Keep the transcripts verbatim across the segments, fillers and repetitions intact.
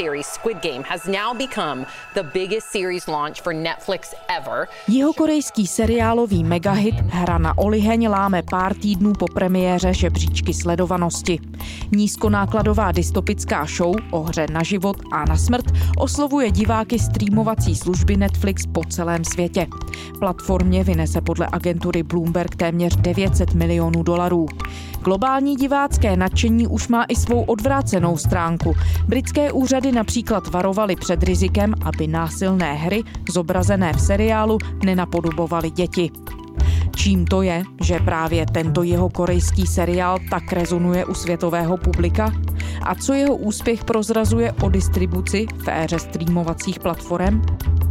series Squid Game has now become the biggest series launch for Netflix ever. Jihokorejský seriálový megahit Hra na oliheň láme pár týdnů po premiéře žebříčky sledovanosti. Nízkonákladová dystopická show o hře na život a na smrt oslovuje diváky streamovací služby Netflix po celém světě. Platformě vynese podle agentury Bloomberg téměř devět set milionů dolarů. Globální divácké nadšení už má i svou odvrácenou stránku. Britské úřady například varovaly před rizikem, aby násilné hry zobrazené v seriálu nenapodobovaly děti. Čím to je, že právě tento jihokorejský seriál tak rezonuje u světového publika? A co jeho úspěch prozrazuje o distribuci v éře streamovacích platform?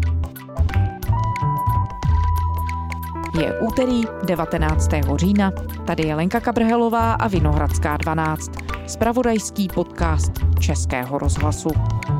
Je úterý devatenáctého října, tady je Lenka Kabrhelová a Vinohradská dvanáct, zpravodajský podcast Českého rozhlasu.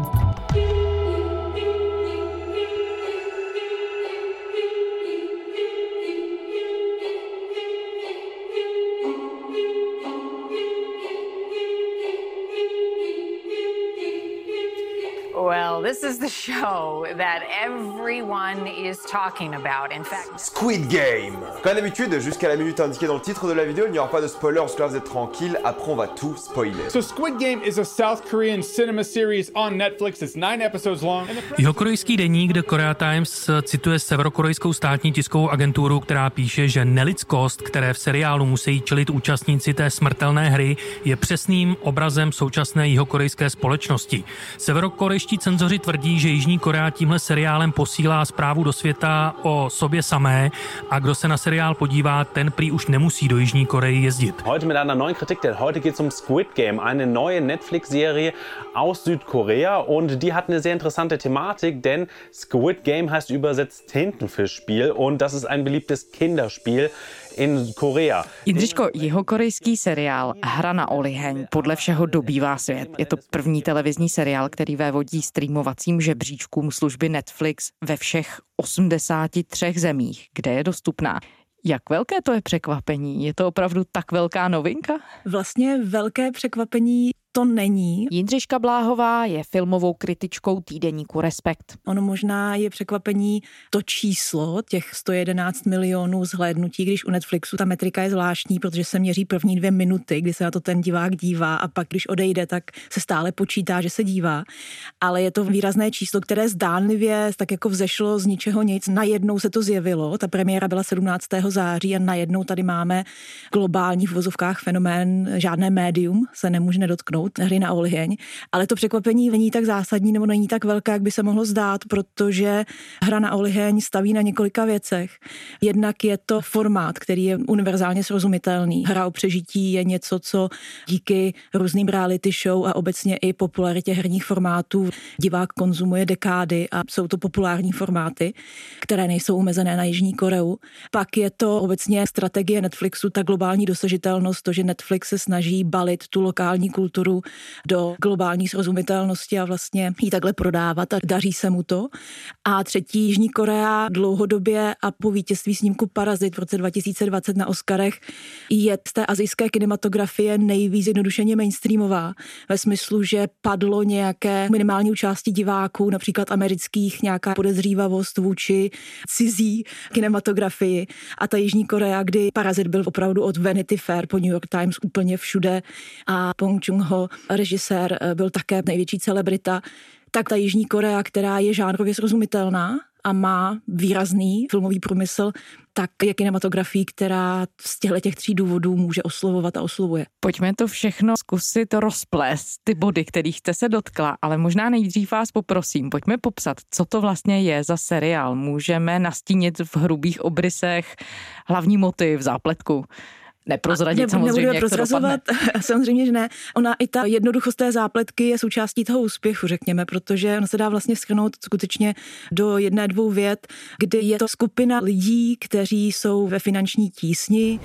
Well, this is the show that everyone is talking about. In fact, Squid Game. Comme d'habitude, jusqu'à la minute indiquée dans le titre de la vidéo, il n'y aura pas de spoiler, parce que là vous êtes tranquille. Après, on va tout spoiler. So Squid Game is a South Korean cinema series on Netflix. It's nine episodes long. Jihokorejský deník The Korea Times cituje severokorejskou státní tiskovou agenturu, která píše, že nelidskost, které v seriálu musí čelit účastníci té smrtelné hry, je přesným obrazem současné jihokorejské společnosti. Severokorejští cenzoři tvrdí, že Jižní Korea tímhle seriálem posílá zprávu do světa o sobě samé a kdo se na seriál podívá, ten prý už nemusí do Jižní Koreji jezdit. Heute mit einer neuen Kritik, denn heute geht es um Squid Game, eine neue Netflix-Serie aus Südkorea und die hat eine sehr interessante Thematik, denn Squid Game heißt übersetzt Tintenfischspiel und das ist ein beliebtes Kinderspiel in Korea. Jindřiško, jihokorejský seriál Hra na oliheň podle všeho dobývá svět. Je to první televizní seriál, který vévodí streamovacím žebříčkům služby Netflix ve všech osmdesáti třech zemích, kde je dostupná. Jak velké to je překvapení? Je to opravdu tak velká novinka? Vlastně velké překvapení to není. Jindřiška Bláhová je filmovou kritičkou týdeníku Respekt. Ono možná je překvapení to číslo, těch sto jedenáct milionů zhlédnutí, když u Netflixu ta metrika je zvláštní, protože se měří první dvě minuty, kdy se na to ten divák dívá a pak, když odejde, tak se stále počítá, že se dívá. Ale je to výrazné číslo, které zdánlivě tak jako vzešlo z ničeho nic. Najednou se to zjevilo. Ta premiéra byla sedmnáctého září a najednou tady máme globální v vozovkách fenomén, žádné médium se nemůže nedotknout hry na oliheň, ale to překvapení není tak zásadní nebo není tak velké, jak by se mohlo zdát, protože Hra na oliheň staví na několika věcech. Jednak je to formát, který je univerzálně srozumitelný. Hra o přežití je něco, co díky různým reality show a obecně i popularitě herních formátů divák konzumuje dekády a jsou to populární formáty, které nejsou omezené na Jižní Koreu. Pak je to obecně strategie Netflixu, ta globální dosažitelnost, to, že Netflix se snaží balit tu lokální kulturu do globální srozumitelnosti a vlastně ji takhle prodávat a daří se mu to. A třetí, Jižní Korea dlouhodobě a po vítězství snímku Parazit v roce dva tisíce dvacet na Oscarech je z té asijské kinematografie nejvíc jednodušeně mainstreamová ve smyslu, že padlo nějaké minimální části diváků, například amerických, nějaká podezřívavost vůči cizí kinematografii a ta Jižní Korea, kdy Parazit byl opravdu od Vanity Fair po New York Times úplně všude a Bong Joon-ho, režisér, byl také největší celebrita, tak ta Jižní Korea, která je žánrově srozumitelná a má výrazný filmový průmysl, tak je kinematografií, která z těchto těch tří důvodů může oslovovat a oslovuje. Pojďme to všechno zkusit rozplést, ty body, kterých jste se dotkla, ale možná nejdřív vás poprosím, pojďme popsat, co to vlastně je za seriál. Můžeme nastínit v hrubých obrysech hlavní motiv, zápletku. Neprozradit ne, samozřejmě, jak prozrazovat, to dopadne. Samozřejmě, že ne. Ona i ta jednoduchost té zápletky je součástí toho úspěchu, řekněme, protože ona se dá vlastně shrnout skutečně do jedné, dvou vět, kdy je to skupina lidí, kteří jsou ve finanční tísni.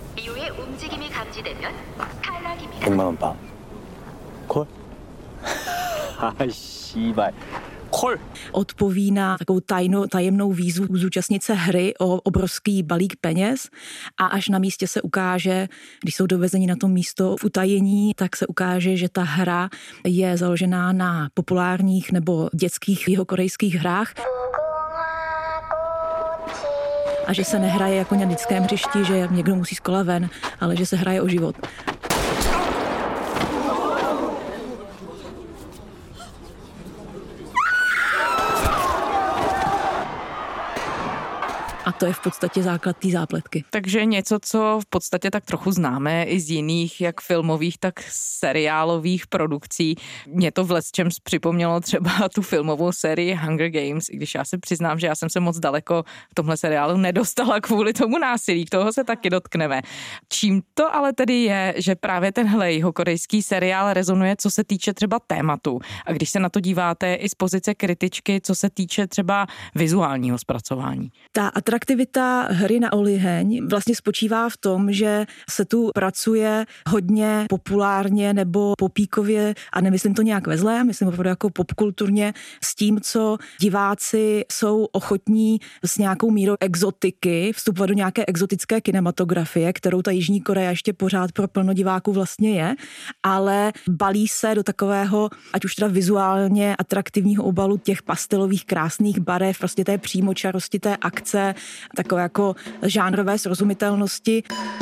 백만 원 봐. 콜? 아, 씨발. Odpoví na takovou tajno, tajemnou výzvu zúčastnit se hry o obrovský balík peněz a až na místě se ukáže, když jsou dovezeni na to místo v utajení, tak se ukáže, že ta hra je založená na populárních nebo dětských jihokorejských hrách a že se nehraje jako na dětském hřišti, že někdo musí z kola ven, ale že se hraje o život. A to je v podstatě základ té zápletky. Takže něco, co v podstatě tak trochu známe i z jiných, jak filmových, tak seriálových produkcí. Mě to v lecčem připomnělo třeba tu filmovou sérii Hunger Games, i když já se přiznám, že já jsem se moc daleko v tomhle seriálu nedostala kvůli tomu násilí, k toho se taky dotkneme. Čím to ale tedy je, že právě tenhle jihokorejský seriál rezonuje, co se týče třeba tématu. A když se na to díváte i z pozice kritičky, co se týče třeba vizuálního zpracování. Ta atraktivita hry na oliheň vlastně spočívá v tom, že se tu pracuje hodně populárně nebo popíkově, a nemyslím to nějak ve zlé, myslím opravdu jako popkulturně, s tím, co diváci jsou ochotní s nějakou mírou exotiky vstupovat do nějaké exotické kinematografie, kterou ta Jižní Korea ještě pořád pro plno diváků vlastně je, ale balí se do takového, ať už teda vizuálně atraktivního obalu těch pastelových krásných barev, prostě té přímočarosti té akce, takové jako žánrové srozumitelnosti.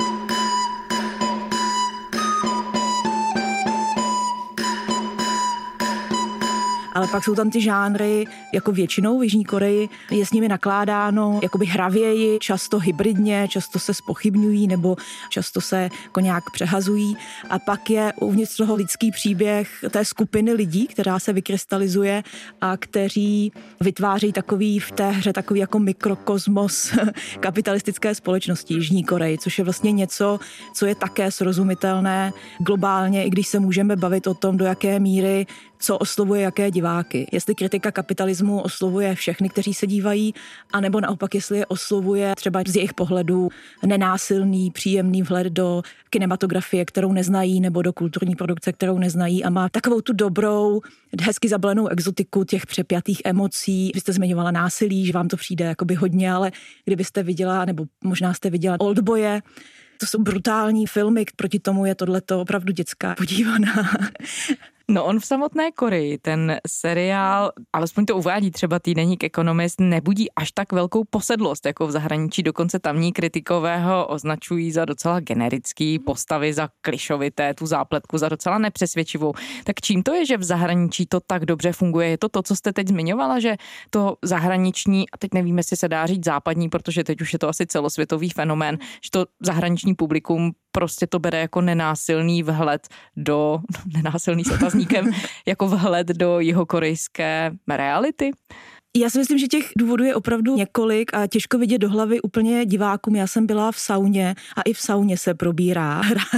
Ale pak jsou tam ty žánry, jako většinou v Jižní Koreji je s nimi nakládáno jakoby hravěji, často hybridně, často se zpochybňují nebo často se jako nějak přehazují. A pak je uvnitř toho lidský příběh té skupiny lidí, která se vykrystalizuje a kteří vytváří takový v té hře takový jako mikrokosmos kapitalistické společnosti Jižní Koreji, což je vlastně něco, co je také srozumitelné globálně, i když se můžeme bavit o tom, do jaké míry co oslovuje jaké diváky. Jestli kritika kapitalismu oslovuje všechny, kteří se dívají, anebo naopak, jestli je oslovuje třeba z jejich pohledu nenásilný, příjemný vhled do kinematografie, kterou neznají, nebo do kulturní produkce, kterou neznají a má takovou tu dobrou, hezky zabalenou exotiku těch přepjatých emocí. Vy jste zmiňovala násilí, že vám to přijde jakoby hodně, ale kdybyste viděla, nebo možná jste viděla Oldboye, to jsou brutální filmy, proti tomu je tohleto opravdu dětská podívaná. No on v samotné Koreji, ten seriál, alespoň to uvádí třeba týdeník Economist, nebudí až tak velkou posedlost jako v zahraničí, dokonce tamní kritikové ho označují za docela generický, postavy za klišovité, tu zápletku za docela nepřesvědčivou. Tak čím to je, že v zahraničí to tak dobře funguje? Je to to, co jste teď zmiňovala, že to zahraniční, a teď nevím, jestli se dá říct západní, protože teď už je to asi celosvětový fenomén, že to zahraniční publikum prostě to bere jako nenásilný vhled do, nenásilný s otazníkem, jako vhled do jihokorejské reality? Já si myslím, že těch důvodů je opravdu několik a těžko vidět do hlavy úplně divákům. Já jsem byla v sauně a i v sauně se probírá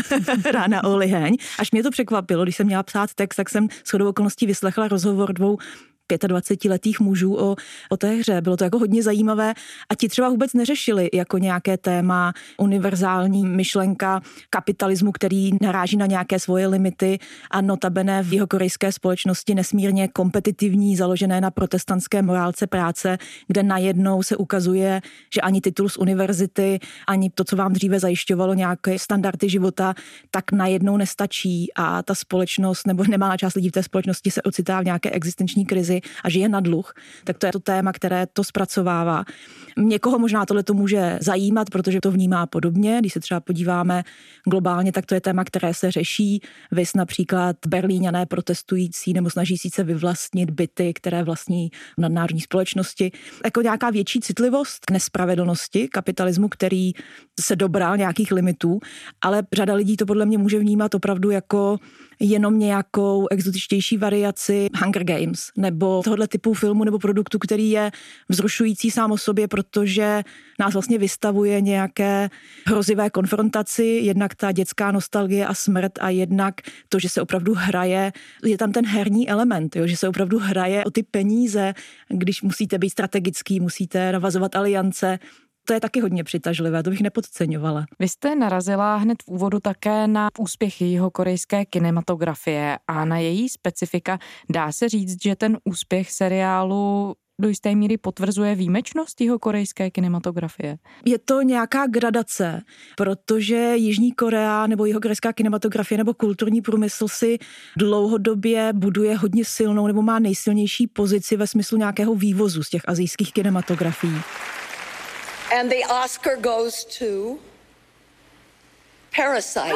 hra na oliheň. Až mě to překvapilo, když jsem měla psát text, tak jsem shodou okolností vyslechla rozhovor dvou dvacetiletých mužů o, o té hře. Bylo to jako hodně zajímavé a ti třeba vůbec neřešili jako nějaké téma univerzální myšlenka kapitalismu, který naráží na nějaké svoje limity a notabene v jihokorejské společnosti nesmírně kompetitivní, založené na protestantské morálce práce, kde najednou se ukazuje, že ani titul z univerzity, ani to, co vám dříve zajišťovalo nějaké standardy života, tak najednou nestačí a ta společnost nebo nemalá část lidí v té společnosti se ocitá v nějaké existenční krizi a žije na dluh, tak to je to téma, které to zpracovává. Někoho možná tohle to může zajímat, protože to vnímá podobně. Když se třeba podíváme globálně, tak to je téma, které se řeší. Vys například Berlíňané protestující nebo snaží se vyvlastnit byty, které vlastní nadnárodní společnosti. Jako nějaká větší citlivost k nespravedlnosti kapitalismu, který se dobral nějakých limitů, ale řada lidí to podle mě může vnímat opravdu jako jenom nějakou exotičtější variaci Hunger Games nebo tohoto typu filmu nebo produktu, který je vzrušující sám o sobě, protože nás vlastně vystavuje nějaké hrozivé konfrontaci, jednak ta dětská nostalgie a smrt a jednak to, že se opravdu hraje, je tam ten herní element, jo, že se opravdu hraje o ty peníze, když musíte být strategický, musíte navazovat aliance, To je taky hodně přitažlivé, to bych nepodceňovala. Vy jste narazila hned v úvodu také na úspěchy jihokorejské kinematografie a na její specifika. Dá se říct, že ten úspěch seriálu do jisté míry potvrzuje výjimečnost jihokorejské kinematografie? Je to nějaká gradace, protože Jižní Korea nebo jihokorejská kinematografie nebo kulturní průmysl si dlouhodobě buduje hodně silnou nebo má nejsilnější pozici ve smyslu nějakého vývozu z těch asijských kinematografií. And the Oscar goes to Parasite.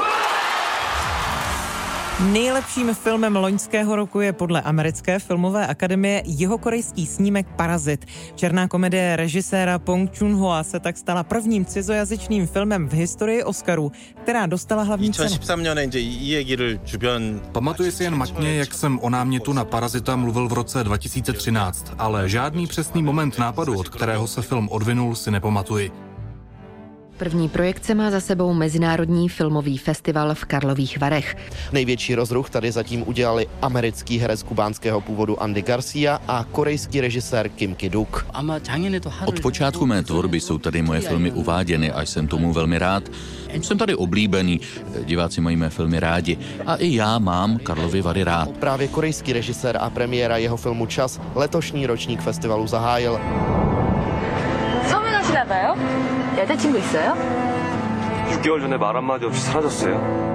Nejlepším filmem loňského roku je podle americké filmové akademie jihokorejský snímek Parazit. Černá komedie režiséra Bong Joon-hoa se tak stala prvním cizojazyčným filmem v historii Oscarů, která dostala hlavní cenu. Pamatuji si jen matně, jak jsem o námětu na Parazita mluvil v roce dva tisíce třináct, ale žádný přesný moment nápadu, od kterého se film odvinul, si nepamatuji. První projekce má za sebou Mezinárodní filmový festival v Karlových Varech. Největší rozruch tady zatím udělali americký herec kubánského původu Andy Garcia a korejský režisér Kim Ki-duk. Od počátku mé tvorby jsou tady moje filmy uváděny a jsem tomu velmi rád. Jsem tady oblíbený, diváci mají mé filmy rádi a i já mám Karlovy Vary rád. Právě korejský režisér a premiéra jeho filmu Čas letošní ročník festivalu zahájil. 여자친구 있어요? 육 개월 전에 말 한마디 없이 사라졌어요.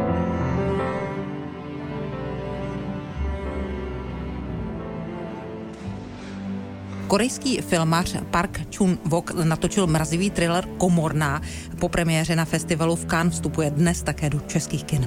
Korejský filmař Park Chan-wook natočil mrazivý thriller Komorná. Po premiéře na festivalu v Cannes vstupuje dnes také do českých kin.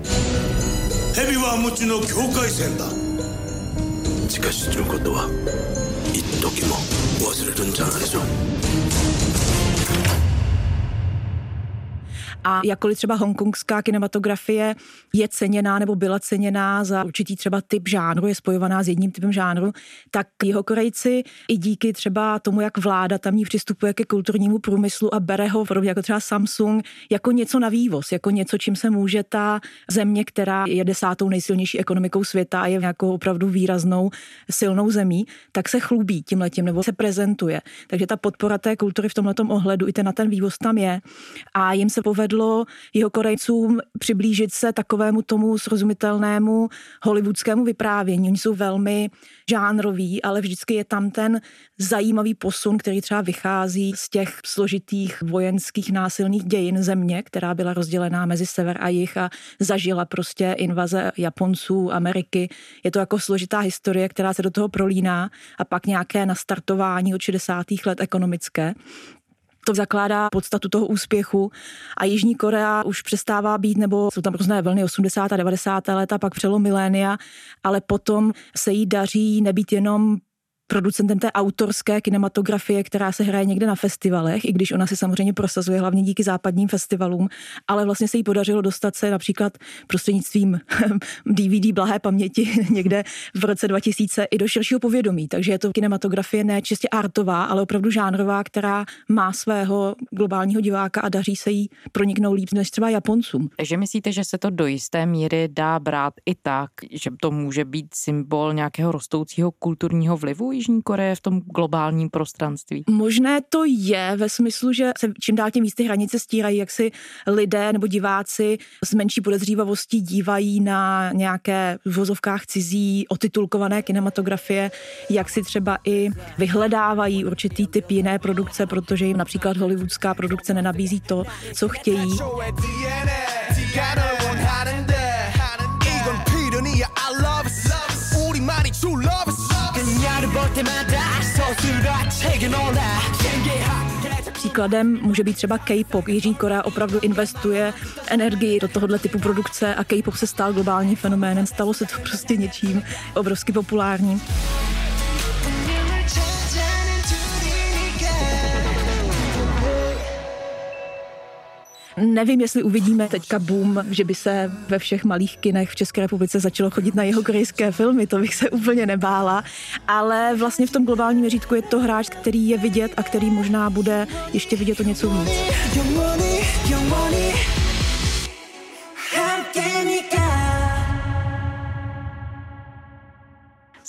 A jakkoliv třeba hongkongská kinematografie je ceněná nebo byla ceněná za určitý třeba typ žánru, je spojovaná s jedním typem žánru, tak Jihokorejci i díky třeba tomu, jak vláda tamní přistupuje ke kulturnímu průmyslu a bere ho, podobně jako třeba Samsung, jako něco na vývoz, jako něco, čím se může ta země, která je desátou nejsilnější ekonomikou světa a je nějakou opravdu výraznou silnou zemí, tak se chlubí tímhletím nebo se prezentuje. Takže ta podpora té kultury v tomhletom ohledu i ten na ten vývoz tam je a jim se povedlo Jihokorejcům přiblížit se takovému tomu srozumitelnému hollywoodskému vyprávění. Oni jsou velmi žánroví, ale vždycky je tam ten zajímavý posun, který třeba vychází z těch složitých vojenských násilných dějin země, která byla rozdělená mezi sever a jih a zažila prostě invaze Japonců, Ameriky. Je to jako složitá historie, která se do toho prolíná a pak nějaké nastartování od šedesátých let ekonomické. To zakládá podstatu toho úspěchu a Jižní Korea už přestává být, nebo jsou tam různé vlny osmdesátá a devadesátá léta, pak přelom milénia, ale potom se jí daří nebýt jenom producentem té autorské kinematografie, která se hraje někde na festivalech, i když ona se samozřejmě prosazuje hlavně díky západním festivalům, ale vlastně se jí podařilo dostat se například prostřednictvím D V D blahé paměti někde v roce dva tisíce i do širšího povědomí. Takže je to kinematografie ne čistě artová, ale opravdu žánrová, která má svého globálního diváka a daří se jí proniknout líp než třeba Japoncům. Takže myslíte, že se to do jisté míry dá brát i tak, že to může být symbol nějakého rostoucího kulturního vlivu Jižní Koreje v tom globálním prostranství? Možné to je ve smyslu, že se čím dál tím víc ty hranice stírají, jak si lidé nebo diváci s menší podezřívavostí dívají na nějaké v vozovkách cizí otitulkované kinematografie, jak si třeba i vyhledávají určitý typ jiné produkce, protože jim například hollywoodská produkce nenabízí to, co chtějí. Příkladem může být třeba K-pop. Jižní Korea opravdu investuje energii do tohohle typu produkce a K-pop se stal globálním fenoménem. Stalo se to prostě něčím obrovsky populárním. Nevím, jestli uvidíme teďka boom, že by se ve všech malých kinech v České republice začalo chodit na jihokorejské filmy, to bych se úplně nebála, ale vlastně v tom globálním měřítku je to hráč, který je vidět a který možná bude ještě vidět o něco víc.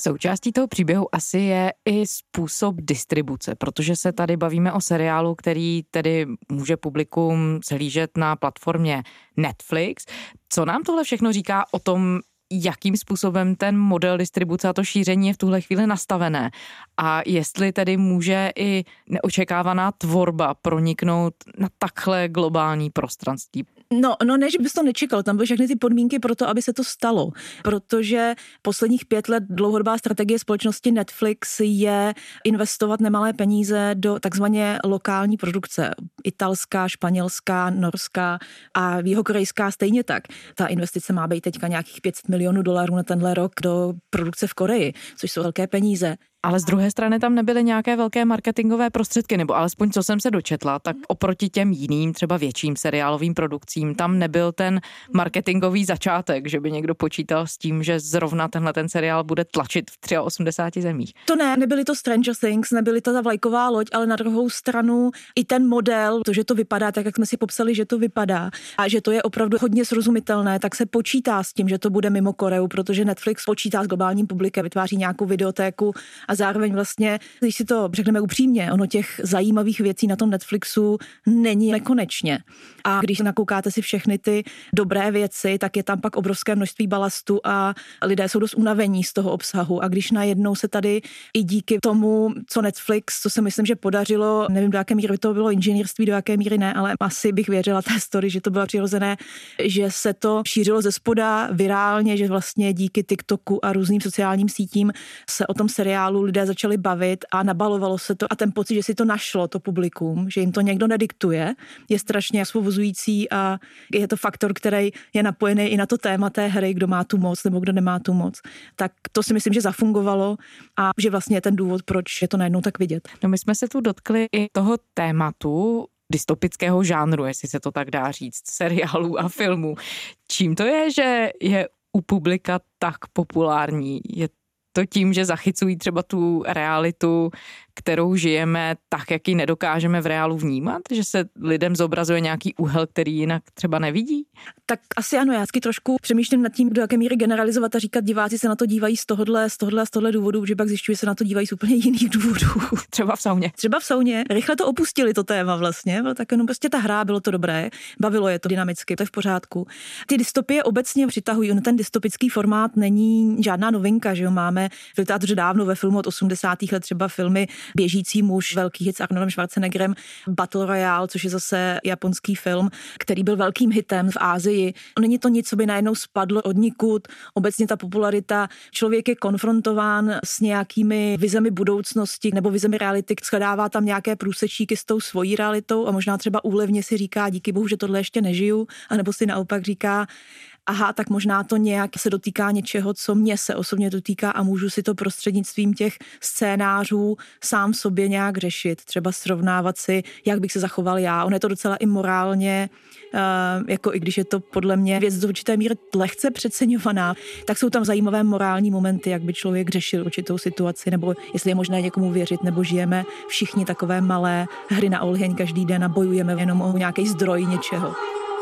Součástí toho příběhu asi je i způsob distribuce, protože se tady bavíme o seriálu, který tedy může publikum zhlížet na platformě Netflix. Co nám tohle všechno říká o tom, jakým způsobem ten model distribuce a to šíření je v tuhle chvíli nastavené a jestli tedy může i neočekávaná tvorba proniknout na takhle globální prostranství? No, no ne, že bys to nečekal, tam byly všechny ty podmínky pro to, aby se to stalo, protože posledních pět let dlouhodobá strategie společnosti Netflix je investovat nemalé peníze do takzvaně lokální produkce. Italská, španělská, norská a jihokorejská stejně tak. Ta investice má být teďka nějakých pět set milionů dolarů na tenhle rok do produkce v Koreji, což jsou velké peníze. Ale z druhé strany tam nebyly nějaké velké marketingové prostředky, nebo alespoň co jsem se dočetla, tak oproti těm jiným, třeba větším seriálovým produkcím, tam nebyl ten marketingový začátek, že by někdo počítal s tím, že zrovna tenhle ten seriál bude tlačit v osmdesáti třech zemích. To ne, nebyly to Stranger Things, nebyly to ta vlajková loď, ale na druhou stranu i ten model, to, že to vypadá tak, jak jsme si popsali, že to vypadá a že to je opravdu hodně srozumitelné, tak se počítá s tím, že to bude mimo Koreu, protože Netflix počítá s globálním publikem, vytváří nějakou videotéku a zároveň vlastně, když si to řekneme upřímně, ono těch zajímavých věcí na tom Netflixu není nekonečně. A když nakoukáte si všechny ty dobré věci, tak je tam pak obrovské množství balastu a lidé jsou dost unavení z toho obsahu. A když najednou se tady i díky tomu, co Netflix, co si myslím, že podařilo, nevím, do jaké míry to bylo inženýrství, do jaké míry ne, ale asi bych věřila té story, že to bylo přirozené, že se to šířilo ze spoda virálně, že vlastně díky TikToku a různým sociálním sítím se o tom seriálu lidé začali bavit a nabalovalo se to a ten pocit, že si to našlo, to publikum, že jim to někdo nediktuje, je strašně osvobozující a je to faktor, který je napojený i na to téma té hry, kdo má tu moc nebo kdo nemá tu moc. Tak to si myslím, že zafungovalo a že vlastně je ten důvod, proč je to najednou tak vidět. No my jsme se tu dotkli i toho tématu dystopického žánru, jestli se to tak dá říct, seriálů a filmů. Čím to je, že je u publika tak populární? Je to tím, že zachycují třeba tu realitu, kterou žijeme tak, jak ji nedokážeme v reálu vnímat? Že se lidem zobrazuje nějaký úhel, který jinak třeba nevidí? Tak asi ano, já vždycky trošku přemýšlím nad tím, do jaké míry generalizovat a říkat, diváci se na to dívají z tohohle, z tohohle, z tohohle důvodu, že pak zjišťují, se na to dívají z úplně jiných důvodů. Třeba v sauně. Třeba v sauně. Rychle to opustili to téma vlastně, bylo tak jenom prostě ta hra, bylo to dobré, bavilo je to dynamicky, to je v pořádku. Ty dystopie obecně přitahují, on ten dystopický formát není žádná novinka, že jo, máme v teatře dávno ve filmu od osmdesátých let třeba filmy Běžící muž, velký hit s Arnoldem Schwarzeneggerem, Battle Royale, což je zase japonský film, který byl velkým hitem v Asii. Není to nic, co by najednou spadlo odnikud. Obecně ta popularita, člověk je konfrontován s nějakými vizemi budoucnosti nebo vizemi reality, shledává tam nějaké průsečíky s tou svojí realitou a možná třeba úlevně si říká, díky bohu, že tohle ještě nežiju, anebo si naopak říká, aha, tak možná to nějak se dotýká něčeho, co mě se osobně dotýká a můžu si to prostřednictvím těch scénářů sám sobě nějak řešit. Třeba srovnávat si, jak bych se zachoval já. On je to docela i morálně, jako i když je to podle mě věc do určité míry lehce přeceňovaná, tak jsou tam zajímavé morální momenty, jak by člověk řešil určitou situaci, nebo jestli je možné někomu věřit, nebo žijeme všichni takové malé hry na oheň každý den a bojujeme jenom o nějaký zdroj něčeho.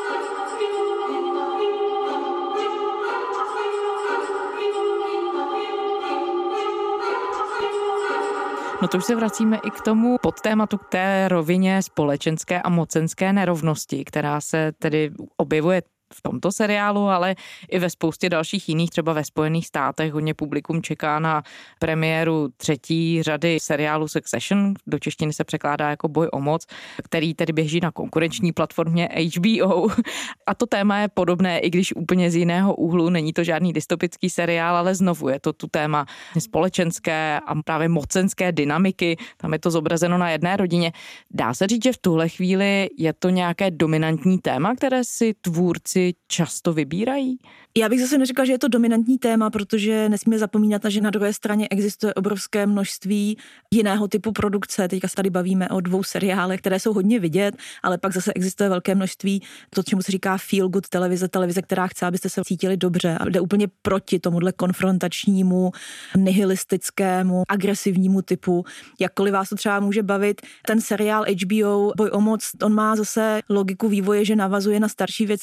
No to už se vracíme i k tomu podtématu, k té rovině společenské a mocenské nerovnosti, která se tedy objevuje v tomto seriálu, ale i ve spoustě dalších jiných, třeba ve Spojených státech. Hodně publikum čeká na premiéru třetí řady seriálu Succession, do češtiny se překládá jako Boj o moc, který tedy běží na konkurenční platformě H B O. A to téma je podobné, i když úplně z jiného úhlu. Není to žádný dystopický seriál, ale znovu je to tu téma společenské a právě mocenské dynamiky. Tam je to zobrazeno na jedné rodině. Dá se říct, že v tuhle chvíli je to nějaké dominantní téma, které si tvůrci často vybírají? Já bych zase neřekla, že je to dominantní téma, protože nesmíme zapomínat, že na druhé straně existuje obrovské množství jiného typu produkce. Teďka se tady bavíme o dvou seriálech, které jsou hodně vidět, ale pak zase existuje velké množství to, čemu se říká feel good televize, televize, která chce, abyste se cítili dobře a jde úplně proti tomuhle konfrontačnímu, nihilistickému, agresivnímu typu. Jakkoliv vás to třeba může bavit, ten seriál H B O Boj o moc, on má zase logiku vývoje, že navazuje na starší věci, jako je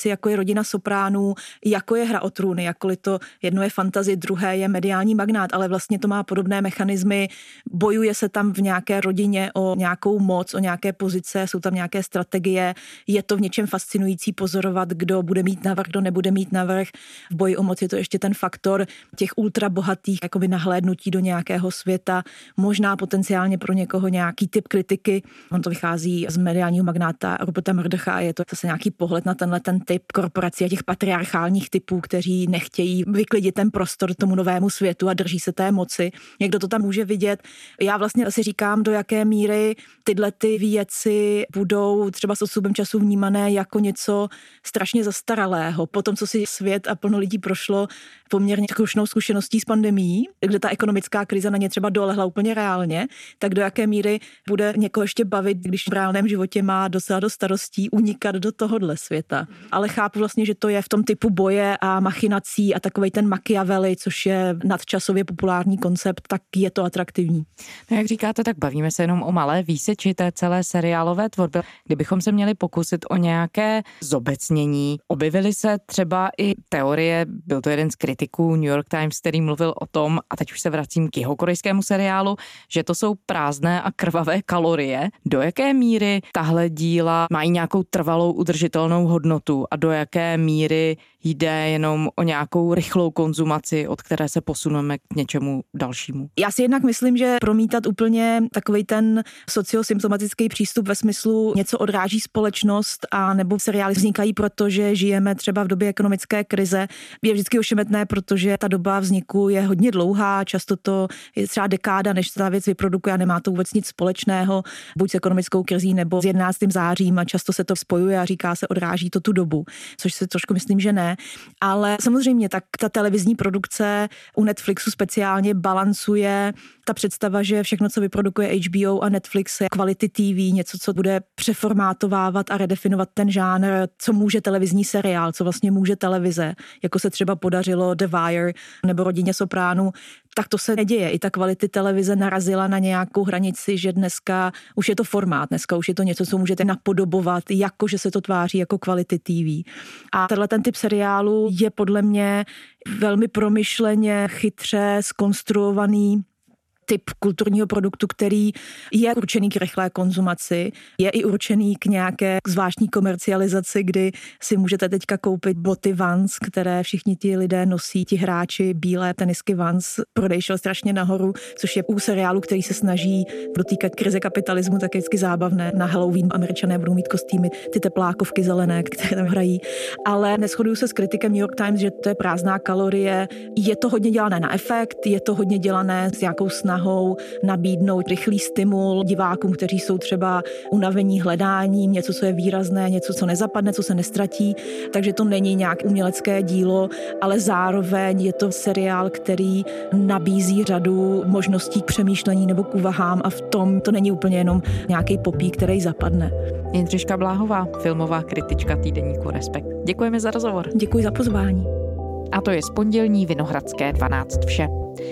rodina Sopránů, jako je Hra o trůny, jakkoliv to jedno je fantazie, druhé je mediální magnát, ale vlastně to má podobné mechanismy. Bojuje se tam v nějaké rodině o nějakou moc, o nějaké pozice, jsou tam nějaké strategie. Je to v něčem fascinující pozorovat, kdo bude mít navrch, kdo nebude mít navrch. V boji o moc je to ještě ten faktor těch ultrabohatých jakoby nahlédnutí do nějakého světa, možná potenciálně pro někoho nějaký typ kritiky. On to vychází z mediálního magnáta Ruperta Murdocha a je to zase nějaký pohled na tenhle ten typ korporací a těch patriarchálních typů, kteří nechtějí vyklidit ten prostor tomu novému světu a drží se té moci. Někdo to tam může vidět. Já vlastně si říkám, do jaké míry tyhle ty věci budou třeba s odstupem času vnímané jako něco strašně zastaralého. Po tom, co si svět a plno lidí prošlo poměrně krušnou zkušeností s pandemií, kde ta ekonomická krize na ně třeba dolehla úplně reálně, tak do jaké míry bude někoho ještě bavit, když v reálném životě má docela dost starostí unikat do tohohle světa. Ale chápu vlastně, že to je v tom typu boje a machinací a takovej ten Machiavelli, což je nadčasově populární koncept, tak je to atraktivní. No jak říkáte, tak bavíme se jenom o malé výseči té celé seriálové tvorby. Kdybychom se měli pokusit o nějaké zobecnění, objevily se třeba i teorie, byl to jeden z kritiků New York Times, který mluvil o tom, a teď už se vracím k jihokorejskému seriálu, že to jsou prázdné a krvavé kalorie. Do jaké míry tahle díla mají nějakou trvalou udržitelnou hodnotu a do jaké míry jde jenom o nějakou rychlou konzumaci, od které se posuneme k něčemu dalšímu? Já si jednak myslím, že promítat úplně takovej ten sociosymptomatický přístup ve smyslu něco odráží společnost a nebo seriály vznikají, protože žijeme třeba v době ekonomické krize, je vždycky ošemetné, protože ta doba vzniku je hodně dlouhá, často to je třeba dekáda, než se ta věc vyprodukuje a nemá to vůbec nic společného, buď s ekonomickou krizí nebo s jedenáctým zářím a často se to spojuje a říká se, odráží to tu dobu, což si trošku myslím, že ne. Ale samozřejmě tak ta televizní produkce u Netflixu speciálně balancuje ta představa, že všechno, co vyprodukuje H B O a Netflix, je kvality T V, něco, co bude přeformátovávat a redefinovat ten žánr, co může televizní seriál, co vlastně může televize, jako se třeba podařilo The Wire nebo Rodině Sopránů, tak to se neděje. I ta kvality televize narazila na nějakou hranici, že dneska už je to formát, dneska už je to něco, co můžete napodobovat, jako že se to tváří jako kvality T V. A tenhle ten typ seriálu je podle mě velmi promyšleně, chytře zkonstruovaný typ kulturního produktu, který je určený k rychlé konzumaci, je i určený k nějaké zvláštní komercializaci, kdy si můžete teďka koupit boty Vans, které všichni ti lidé nosí, ti hráči, bílé tenisky Vans, prodej šel strašně nahoru, což je u seriálu, který se snaží dotýkat krize kapitalismu, tak je vždycky zábavné. Na Halloween Američané budou mít kostýmy, ty teplákovky zelené, které tam hrají. Ale neshoduju se s kritikem New York Times, že to je prázdná kalorie. Je to hodně dělané na efekt, je to hodně dělané s nějakou snahou nabídnout rychlý stimul divákům, kteří jsou třeba unavení hledáním, něco, co je výrazné, něco, co nezapadne, co se nestratí. Takže to není nějak umělecké dílo, ale zároveň je to seriál, který nabízí řadu možností k přemýšlení nebo k úvahám a v tom to není úplně jenom nějaký popík, který zapadne. Jindřiška Bláhová, filmová kritička týdeníku Respekt. Děkujeme za rozhovor. Děkuji za pozvání. A to je z pondělní Vinohradské dvanáct vše.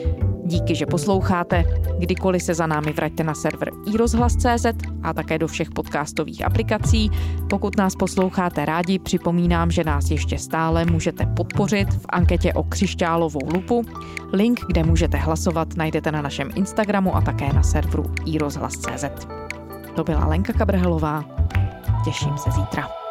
Díky, že posloucháte. Kdykoliv se za námi vraťte na server i rozhlas tečka cé zet a také do všech podcastových aplikací. Pokud nás posloucháte rádi, připomínám, že nás ještě stále můžete podpořit v anketě o křišťálovou lupu. Link, kde můžete hlasovat, najdete na našem Instagramu a také na serveru i rozhlas tečka cé zet. To byla Lenka Kabrhelová. Těším se zítra.